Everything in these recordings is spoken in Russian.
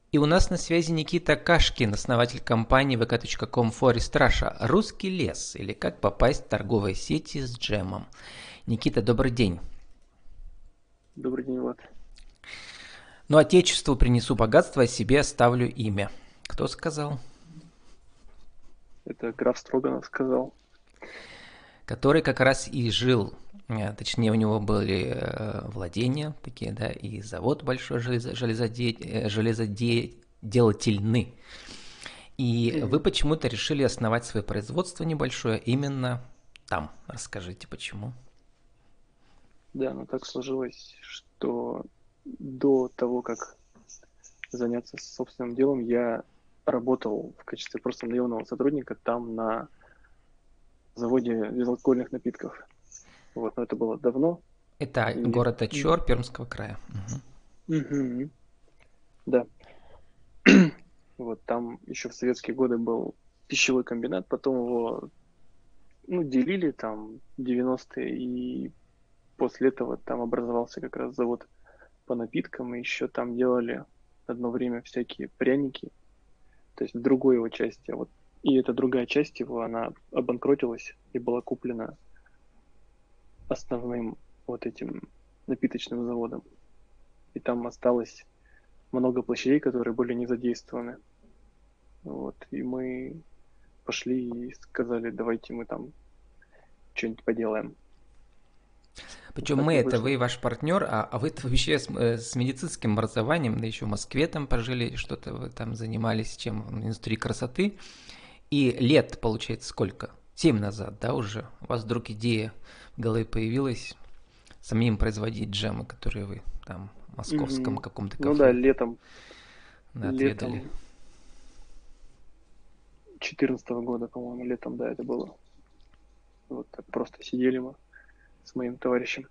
И у нас на связи Никита Кашкин, основатель компании vk.com Forest Russia. Русский лес, или как попасть в торговые сети с джемом. Никита, добрый день. Добрый день, Влад. Ну, отечеству принесу богатство, а себе оставлю имя. Кто сказал? Это граф Строганов сказал. Который как раз и жил, точнее, у него были владения такие, да, и завод большой железоделательный. И вы почему-то решили основать свое производство небольшое именно там. Расскажите, почему? Да, но так сложилось, что до того, как заняться собственным делом, я работал в качестве просто наемного сотрудника там на заводе безалкогольных напитков. Вот, но это было давно. Это И... город Очер Пермского края. Угу. Да. Вот там еще в советские годы был пищевой комбинат, потом его делили там 90-е, и после этого там образовался как раз завод по напиткам, и еще там делали одно время всякие пряники, то есть в другой его части. Вот. И эта другая часть его, она обанкротилась и была куплена основным вот этим напиточным заводом. И там осталось много площадей, которые были не задействованы. Вот. И мы пошли и сказали, давайте мы там что-нибудь поделаем. Причем Так мы, и это вышло. вы ваш партнер, а вы вообще с медицинским образованием, да еще в Москве там пожили, что-то вы там занимались, чем в индустрии красоты. И лет, получается, сколько? 7 назад, да, уже? У вас вдруг идея в голове появилась самим производить джемы, которые вы там в московском каком-то Ну да, кафе летом отведали. 2014 года, по-моему, летом, да, это было. Вот так просто сидели мы с моим товарищем.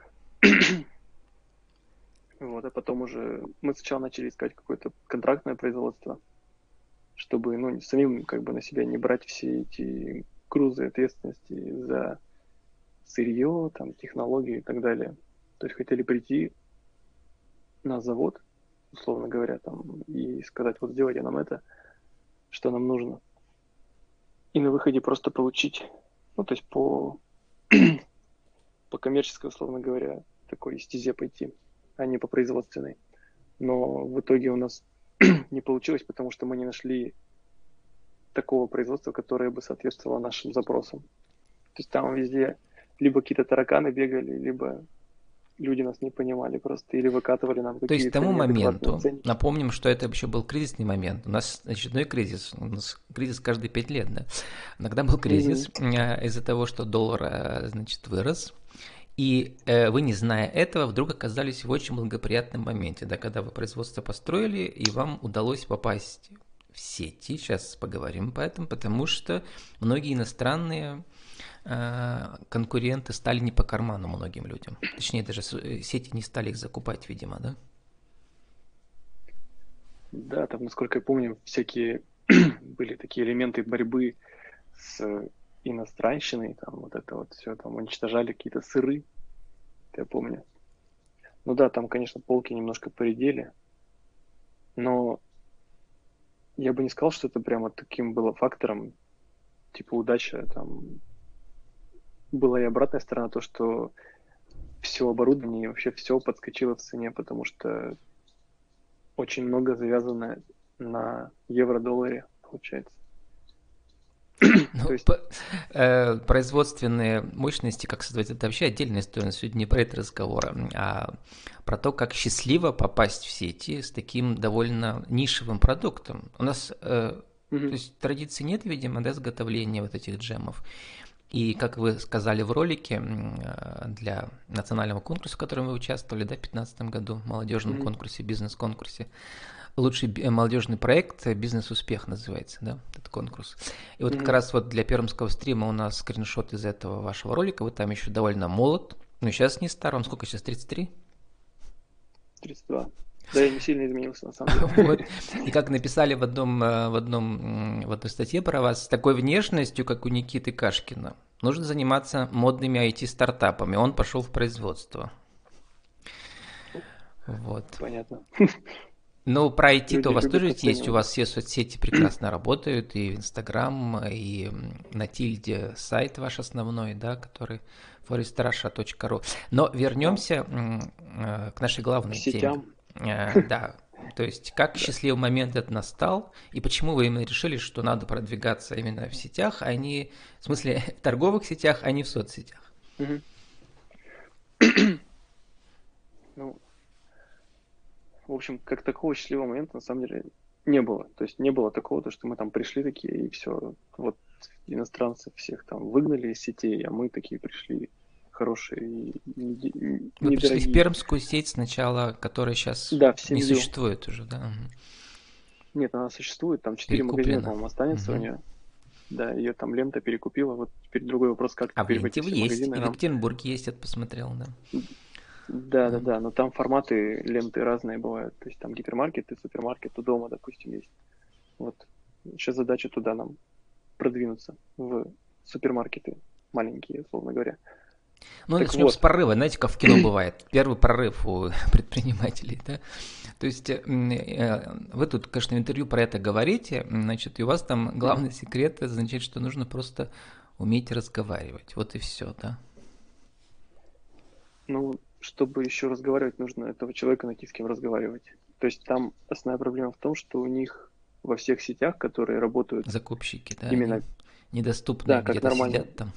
Вот, а потом уже мы сначала начали искать какое-то контрактное производство, чтобы, самим как бы на себя не брать все эти грузы ответственности за сырье, там, технологии и так далее. То есть хотели прийти на завод, условно говоря, там, и сказать, вот сделайте нам это, что нам нужно. И на выходе просто получить, то есть по коммерческой, условно говоря, такой стезе пойти, а не по производственной. Но в итоге у нас не получилось, потому что мы не нашли такого производства, которое бы соответствовало нашим запросам. То есть там везде либо какие-то тараканы бегали, либо люди нас не понимали просто, или выкатывали нам То есть к какие-то тому неадекватные моменту, ценники. напомним, что это еще был кризисный момент. У нас очередной кризис. У нас кризис каждые 5 лет, да. Иногда был кризис из-за того, что доллар, значит, вырос. И вы, не зная этого, вдруг оказались в очень благоприятном моменте, да, когда вы производство построили, и вам удалось попасть в сети. Сейчас поговорим по этому, потому что многие иностранные конкуренты стали не по карману многим людям. Точнее, даже сети не стали их закупать, видимо, да? Да, там, насколько я помню, всякие были такие элементы борьбы с иностранщиной, там вот это вот все, там уничтожали какие-то сыры, я помню. Ну да, там, конечно, полки немножко поредели, но я бы не сказал, что это прямо таким было фактором, типа удача, там была и обратная сторона, то, что все оборудование и вообще все подскочило в цене, потому что очень много завязано на евро-долларе, получается. То есть... Производственные мощности, как создавать, это вообще отдельная история. Сегодня не про это разговор, а про то, как счастливо попасть в сети с таким довольно нишевым продуктом. У нас то есть, традиции нет, видимо, да, изготовления вот этих джемов. И, как вы сказали в ролике, для национального конкурса, в котором вы участвовали, да, в 2015 году, в молодежном конкурсе, бизнес-конкурсе, лучший молодежный проект «Бизнес-успех» называется, да, этот конкурс. И вот как раз вот для пермского стрима у нас скриншот из этого вашего ролика, вы там еще довольно молод, но сейчас не стар, вам сколько сейчас, 33? 32. Да, я не сильно изменился, на самом деле. Вот. И как написали в одной статье про вас, с такой внешностью, как у Никиты Кашкина, нужно заниматься модными IT-стартапами. Он пошел в производство. Вот. Понятно. Ну, про IT-то у Люди вас любят тоже есть, у оценивать. вас все соцсети прекрасно работают, и в Инстаграм, и на Тильде сайт ваш основной, да, который forestrasha.ru. Но Да. вернемся к нашей К главной теме. сетям, Да, то есть как да. счастливый момент это настал, и почему вы именно решили, что надо продвигаться именно в сетях, а не, в смысле, в торговых сетях, а не в соцсетях? Мгм. Ну, в общем, как такого счастливого момента на самом деле не было. То есть не было такого, то, что мы там пришли такие, и все, вот иностранцев всех там выгнали из сетей, а мы такие пришли хорошие и Вы пришли в недорогие. пермскую сеть сначала, которая сейчас Да, в не семью. существует уже, да? Мгм. Нет, она существует, там 4 магазина, Перекуплено. по-моему, останется у Мгм. нее. Да, ее там лента перекупила. Вот теперь другой вопрос, как А в теперь в эти ленте вы все есть, магазины и в нам. Екатеринбурге есть, я посмотрел, да. Да, да, Да. да, но там форматы ленты разные бывают. То есть там гипермаркет и супермаркет у дома, допустим, есть. Вот. Сейчас задача туда нам продвинуться в супермаркеты маленькие, условно говоря. Ну, Так начнем с вот, прорыва. Знаете, как в кино бывает. Первый прорыв у предпринимателей, да. То есть вы тут, конечно, в интервью про это говорите, значит, и у вас там мгм. главный секрет означает, что нужно просто уметь разговаривать. Вот и все, да. Ну, чтобы еще разговаривать, нужно этого человека найти, с кем разговаривать. То есть там основная проблема в том, что у них во всех сетях, которые работают Закупщики, да, они именно, недоступные да, как где-то нормальный, сидят там.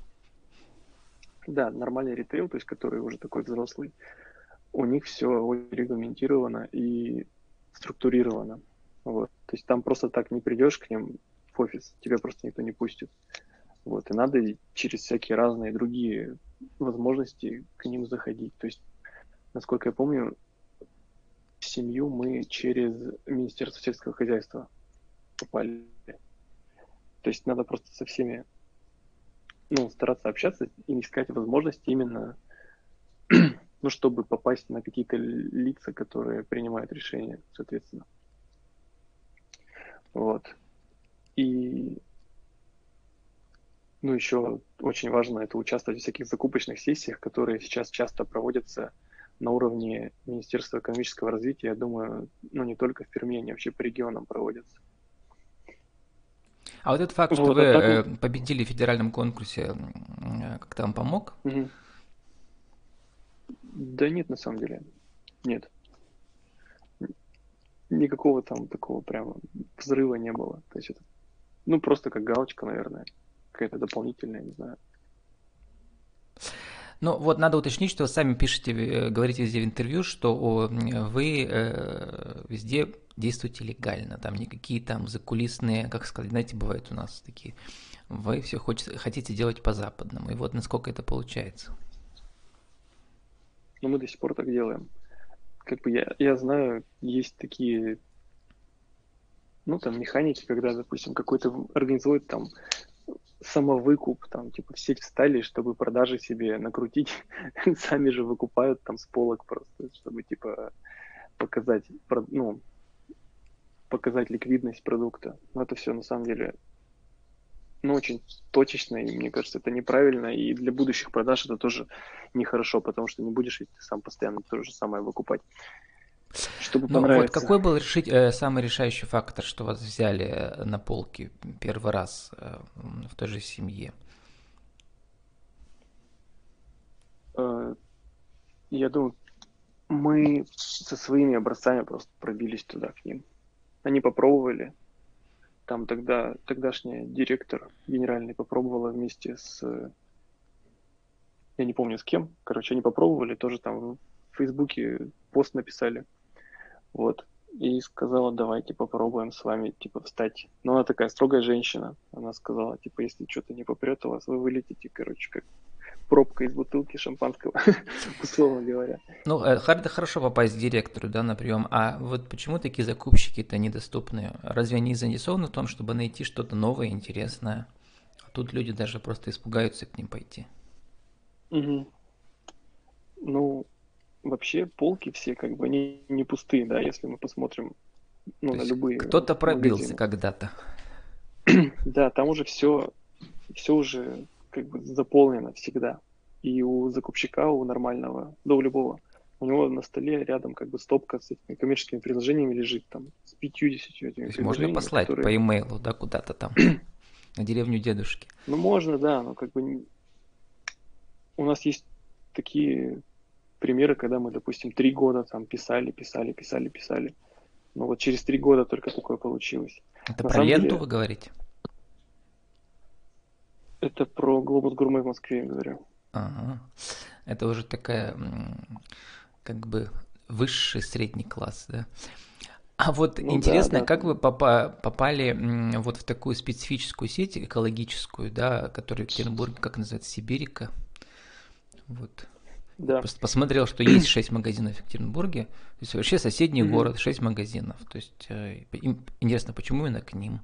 да, нормальный ритейл, то есть который уже такой взрослый, у них все регламентировано и структурировано. Вот. То есть там просто так не придешь к ним в офис, тебя просто никто не пустит. Вот. И надо через всякие разные другие возможности к ним заходить. То есть, насколько я помню, семью мы через Министерство сельского хозяйства попали. То есть надо просто со всеми, ну, стараться общаться и искать возможности именно, ну, чтобы попасть на какие-то лица, которые принимают решения, соответственно. Вот. И, ну, еще очень важно это участвовать в всяких закупочных сессиях, которые сейчас часто проводятся на уровне Министерства экономического развития. Я думаю, ну, не только в Перми, они вообще по регионам проводятся. А вот этот факт, что Вот, вы а так, победили в федеральном конкурсе, как-то вам помог? угу. Да нет, на самом деле, нет. Никакого там такого прямо взрыва не было. То есть это, ну, просто как галочка, наверное, какая-то дополнительная, не знаю. Ну, вот надо уточнить, что вы сами пишете, говорите везде в интервью, что вы везде действуете легально, там никакие там закулисные, как сказать, знаете, бывают у нас такие, вы все хотите делать по-западному, и вот насколько это получается. Но мы до сих пор так делаем. Как бы я знаю, есть такие, ну, там, механики, когда, допустим, какой-то организует там самовыкуп, там, типа, в сеть встали, чтобы продажи себе накрутить, сами же выкупают там с полок просто, чтобы, типа, показать, ну, показать ликвидность продукта. Но это все на самом деле, ну, очень точечно, и мне кажется, это неправильно, и для будущих продаж это тоже нехорошо, потому что не будешь ведь ты сам постоянно то же самое выкупать, чтобы Ну, вот понравиться. какой был самый решающий фактор, что вас взяли на полки первый раз в той же семье? Я думаю, мы со своими образцами просто пробились туда к ним. Они попробовали, там тогдашняя директор генеральный попробовала вместе с, я не помню с кем, короче, они попробовали, тоже там в Фейсбуке пост написали, вот, и сказала, давайте попробуем с вами, типа, встать. Но она такая строгая женщина, она сказала, типа, если что-то не попрет у вас, вы вылетите, короче, как пробка из бутылки шампанского, условно говоря. Ну, это хорошо попасть к директору, да, на прием. А вот почему такие закупщики-то недоступны? Разве они заинтересованы в том, чтобы найти что-то новое, интересное? А тут люди даже просто испугаются к ним пойти. Угу. Ну, вообще полки все как бы не пустые, да, если мы посмотрим, ну, То на есть любые кто-то пробился магазины. когда-то. Да, там уже все уже как бы заполнено всегда. И у закупщика, у нормального, да у любого. у него на столе рядом как бы стопка с этими коммерческими приложениями лежит, там, с 50 То этими есть можно приложениями, послать по которые... имейлу, да, куда-то там, на деревню дедушки. Ну, можно, да, но как бы у нас есть такие примеры, когда мы, допустим, 3 года там писали. Но вот через 3 года только такое получилось. Это На про самом ленту деле, вы говорите? это про Глобус Гурме в Москве, я говорю. Ага. Это уже такая, как бы, высший средний класс, да? А вот Ну да, интересно, да, как вы там. попали вот в такую специфическую сеть экологическую, да, которая в Екатеринбурге, как называется, Сибирика? Вот. Я Да. просто посмотрел, что есть 6 магазинов в Екатеринбурге, то есть вообще соседний Мгм. город, 6 магазинов. То есть интересно, почему именно к ним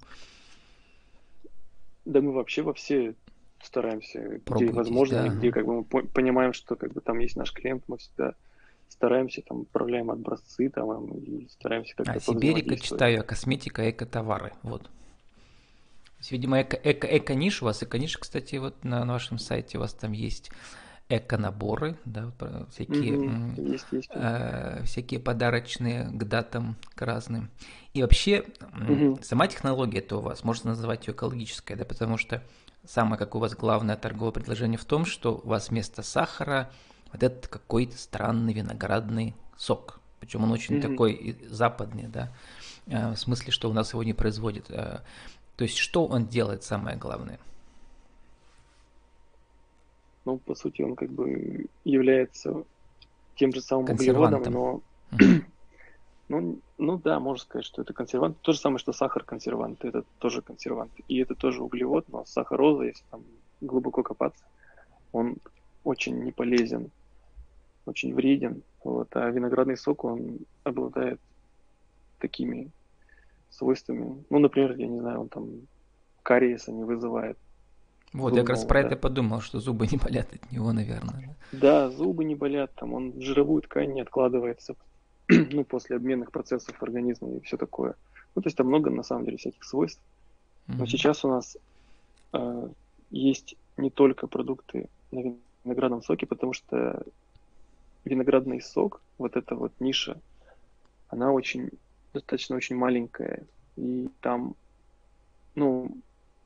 Да мы вообще во все стараемся, где пробуетесь, возможно, и да? где Ага. как бы мы понимаем, что как бы там есть наш клиент, мы всегда стараемся, там, отправляем образцы там и стараемся А, как-то Сибирика, повзаимодействовать. читаю, косметика, эко-товары, вот. То есть, видимо, эко-ниш у вас, эко-ниш, кстати, вот на вашем сайте у вас там есть эко-наборы, да, всякие, Угу. Есть. всякие подарочные к датам, к разным. И вообще, Угу. сама технология-то у вас, можно назвать ее экологической, да, потому что самое, как у вас главное торговое предложение в том, что у вас вместо сахара вот этот какой-то странный виноградный сок. Причем он очень Угу. такой западный, да, в смысле, что у нас его не производят. То есть, что он делает, самое главное? Ну, по сути, он как бы является тем же самым углеводом, Консервантом. но Мгм. ну да, можно сказать, что это консервант. То же самое, что сахар консервант, это тоже консервант. И это тоже углевод, но сахароза, если там глубоко копаться, он очень не полезен, очень вреден. Вот. А виноградный сок, он обладает такими свойствами. Ну, например, я не знаю, он там кариеса не вызывает Вот, я как раз зубного, про это да. подумал, что зубы не болят от него, наверное. Да, зубы не болят, там он в жировую ткань не откладывается, ну, после обменных процессов организма и все такое. Ну, то есть там много, на самом деле, всяких свойств. Да? Но Мгм. сейчас у нас есть не только продукты на виноградном соке, потому что виноградный сок, вот эта вот ниша, она очень, достаточно очень маленькая. И там, ну,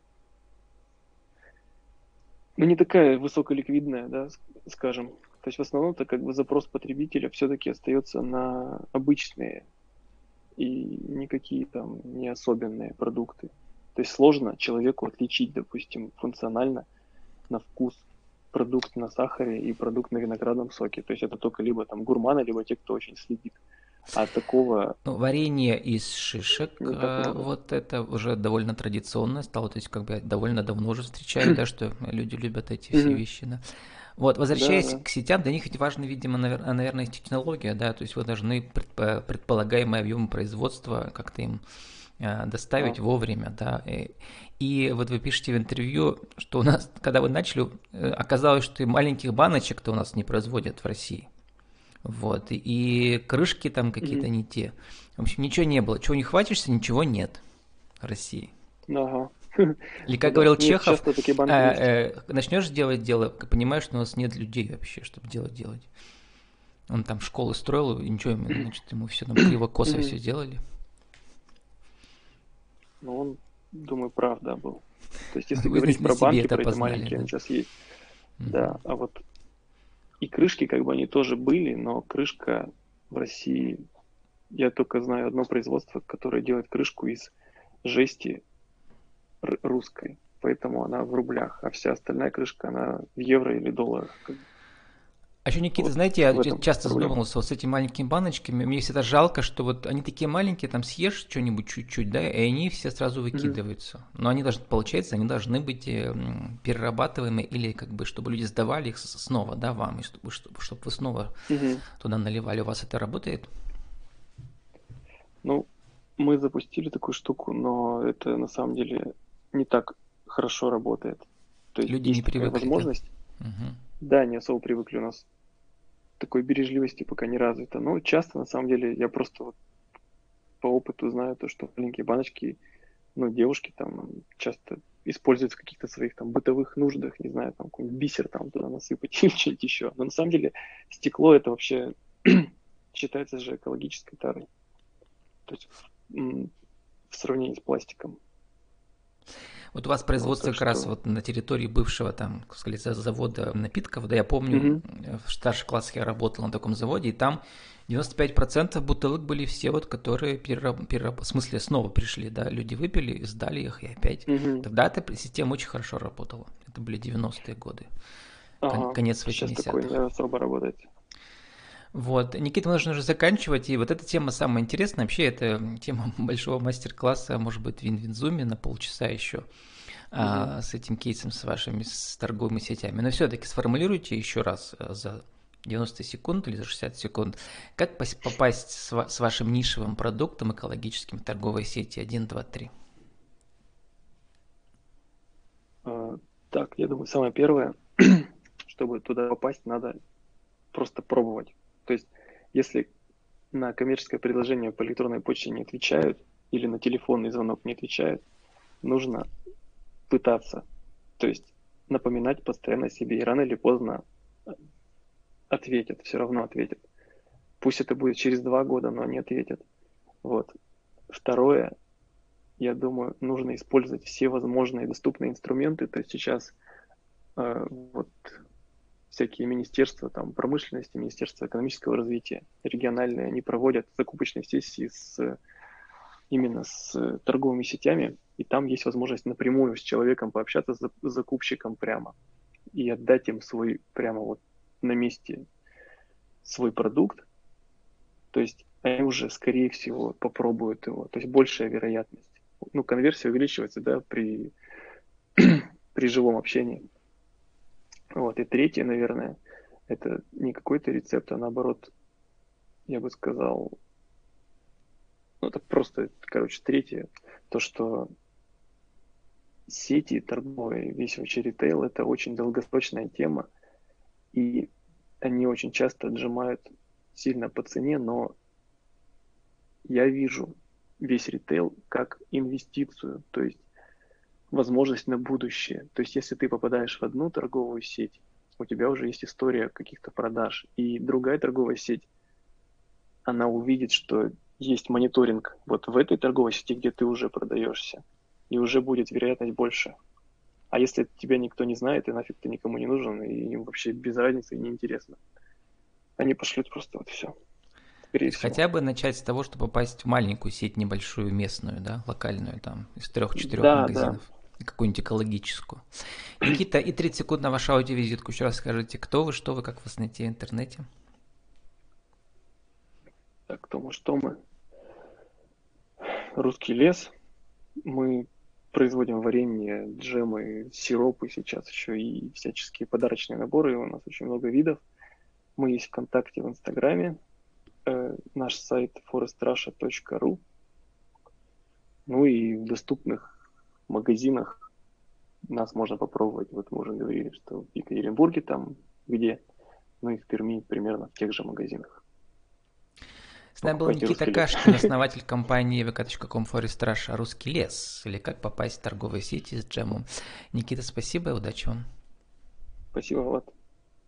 ну не такая высоколиквидная, да, скажем. То есть в основном-то как бы запрос потребителя все-таки остается на обычные и никакие там не особенные продукты. То есть сложно человеку отличить, допустим, функционально на вкус продукт на сахаре и продукт на виноградном соке. То есть это только либо там гурманы, либо те, кто очень следит. А такого Ну, варенье из шишек, не так много. вот это уже довольно традиционно стало, то есть как бы я довольно давно уже встречаю, да, что люди любят эти все Мгм. вещи, да. Вот, Да, возвращаясь да. к сетям, для них ведь важно, видимо, наверное, технология, да, то есть вы должны предполагаемый объем производства как-то им А, доставить вовремя, да. И вот вы пишете в интервью, что у нас, когда вы начали, оказалось, что и маленьких баночек-то у нас не производят в России. Вот, и крышки там какие-то мгм. не те. В общем, ничего не было. Чего не хватишься, ничего нет в России. Ага. Или, Ну как да. говорил Нет, Чехов, часто такие банки есть. начнешь делать дело, понимаешь, что у нас нет людей вообще, чтобы делать. Он там школы строил, и ничего, значит, ему все там криво-косо Мгм. все делали. Но он, думаю, прав, да, был. То есть, если Вы говорить на про себе банки, это про эти познали, маленькие, они да? сейчас есть. Да, Мгм. а вот и крышки, как бы, они тоже были, но крышка в России, я только знаю одно производство, которое делает крышку из жести русской, поэтому она в рублях, а вся остальная крышка, она в евро или долларах. Как бы. А еще, Никита, Вот знаете, в я этом часто проблема. задумывался вот с этими маленькими баночками. Мне всегда жалко, что вот они такие маленькие, там съешь что-нибудь чуть-чуть, да, и они все сразу Мгм. выкидываются. Но они должны, получается, они должны быть перерабатываемы или как бы, чтобы люди сдавали их снова, да, вам, и чтобы вы снова Мгм. туда наливали. У вас это работает? Ну, мы запустили такую штуку, но это на самом деле не так хорошо работает. То есть Люди не есть такая привыкли, да? возможность. Мгм. Да, не особо привыкли у нас такой бережливости пока не развито. Но часто, на самом деле, я просто вот по опыту знаю то, что маленькие баночки, ну, девушки там часто используют в каких-то своих там бытовых нуждах, не знаю, там какой-нибудь бисер там туда насыпать или что-нибудь еще. Но на самом деле стекло это вообще считается же экологической тарой. То есть в сравнении с пластиком. Вот у вас производство как раз вот на территории бывшего там, как сказать, завода напитков, да, я помню, в старших классах я работал на таком заводе, и там 95% бутылок были все вот, которые в смысле снова пришли, да, люди выпили, сдали их и опять. Тогда эта система очень хорошо работала. Это были 90-е годы, конец 80-х. Сейчас такое не особо работает. Вот, Никита, нужно уже заканчивать, и вот эта тема самая интересная, вообще это тема большого мастер-класса, может быть, в Винзуме на полчаса еще, с этим кейсом, с вашими с торговыми сетями. Но все-таки сформулируйте еще раз за 90 секунд или за 60 секунд, как попасть с вашим нишевым продуктом экологическим в торговые сети 1, 2, 3. Так, я думаю, самое первое, чтобы туда попасть, надо просто пробовать. То есть, если на коммерческое предложение по электронной почте не отвечают или на телефонный звонок не отвечают, нужно пытаться. То есть, напоминать постоянно себе, и рано или поздно ответят, все равно ответят. Пусть это будет через 2 года, но они ответят. Вот. Второе, я думаю, нужно использовать все возможные доступные инструменты. То есть сейчас вот всякие министерства там, промышленности, министерства экономического развития, региональные, они проводят закупочные сессии именно с торговыми сетями, и там есть возможность напрямую с человеком пообщаться, с закупщиком прямо, и отдать им свой прямо вот на месте свой продукт. То есть они уже, скорее всего, попробуют его. То есть большая вероятность. Ну, конверсия увеличивается, да, при живом общении. Вот. И третье, наверное, это не какой-то рецепт, а наоборот, я бы сказал, ну, это просто, короче, третье, то, что сети торговые, весь вообще ритейл, это очень долгосрочная тема, и они очень часто отжимают сильно по цене, но я вижу весь ритейл как инвестицию, то есть возможность на будущее. То есть если ты попадаешь в одну торговую сеть, у тебя уже есть история каких-то продаж, и другая торговая сеть, она увидит, что есть мониторинг вот в этой торговой сети, где ты уже продаешься, и уже будет вероятность больше. А если тебя никто не знает, и нафиг ты никому не нужен, и им вообще без разницы и неинтересно, они пошлют просто вот все. То есть хотя бы начать с того, чтобы попасть в маленькую сеть, небольшую, местную, да, локальную, там, из 3-4 магазинов. Да. Какую-нибудь экологическую. Никита, и 30 секунд на вашу аудиовизитку. Еще раз скажите, кто вы, что вы, как вас найти в интернете? Так, кто мы, что мы? Русский лес. Мы производим варенье, джемы, сиропы сейчас еще и всяческие подарочные наборы. У нас очень много видов. Мы есть ВКонтакте, в Инстаграме. Наш сайт forestrussia.ru. Ну и в доступных магазинах нас можно попробовать. Вот мы уже говорили, что в Екатеринбурге там где, ну и в Перми примерно в тех же магазинах. С нами был Никита Кашкин, основатель компании vk.com Forest Russia «Русский лес», или как попасть в торговые сети с джемом. Никита, спасибо и удачи вам. Спасибо, Влад.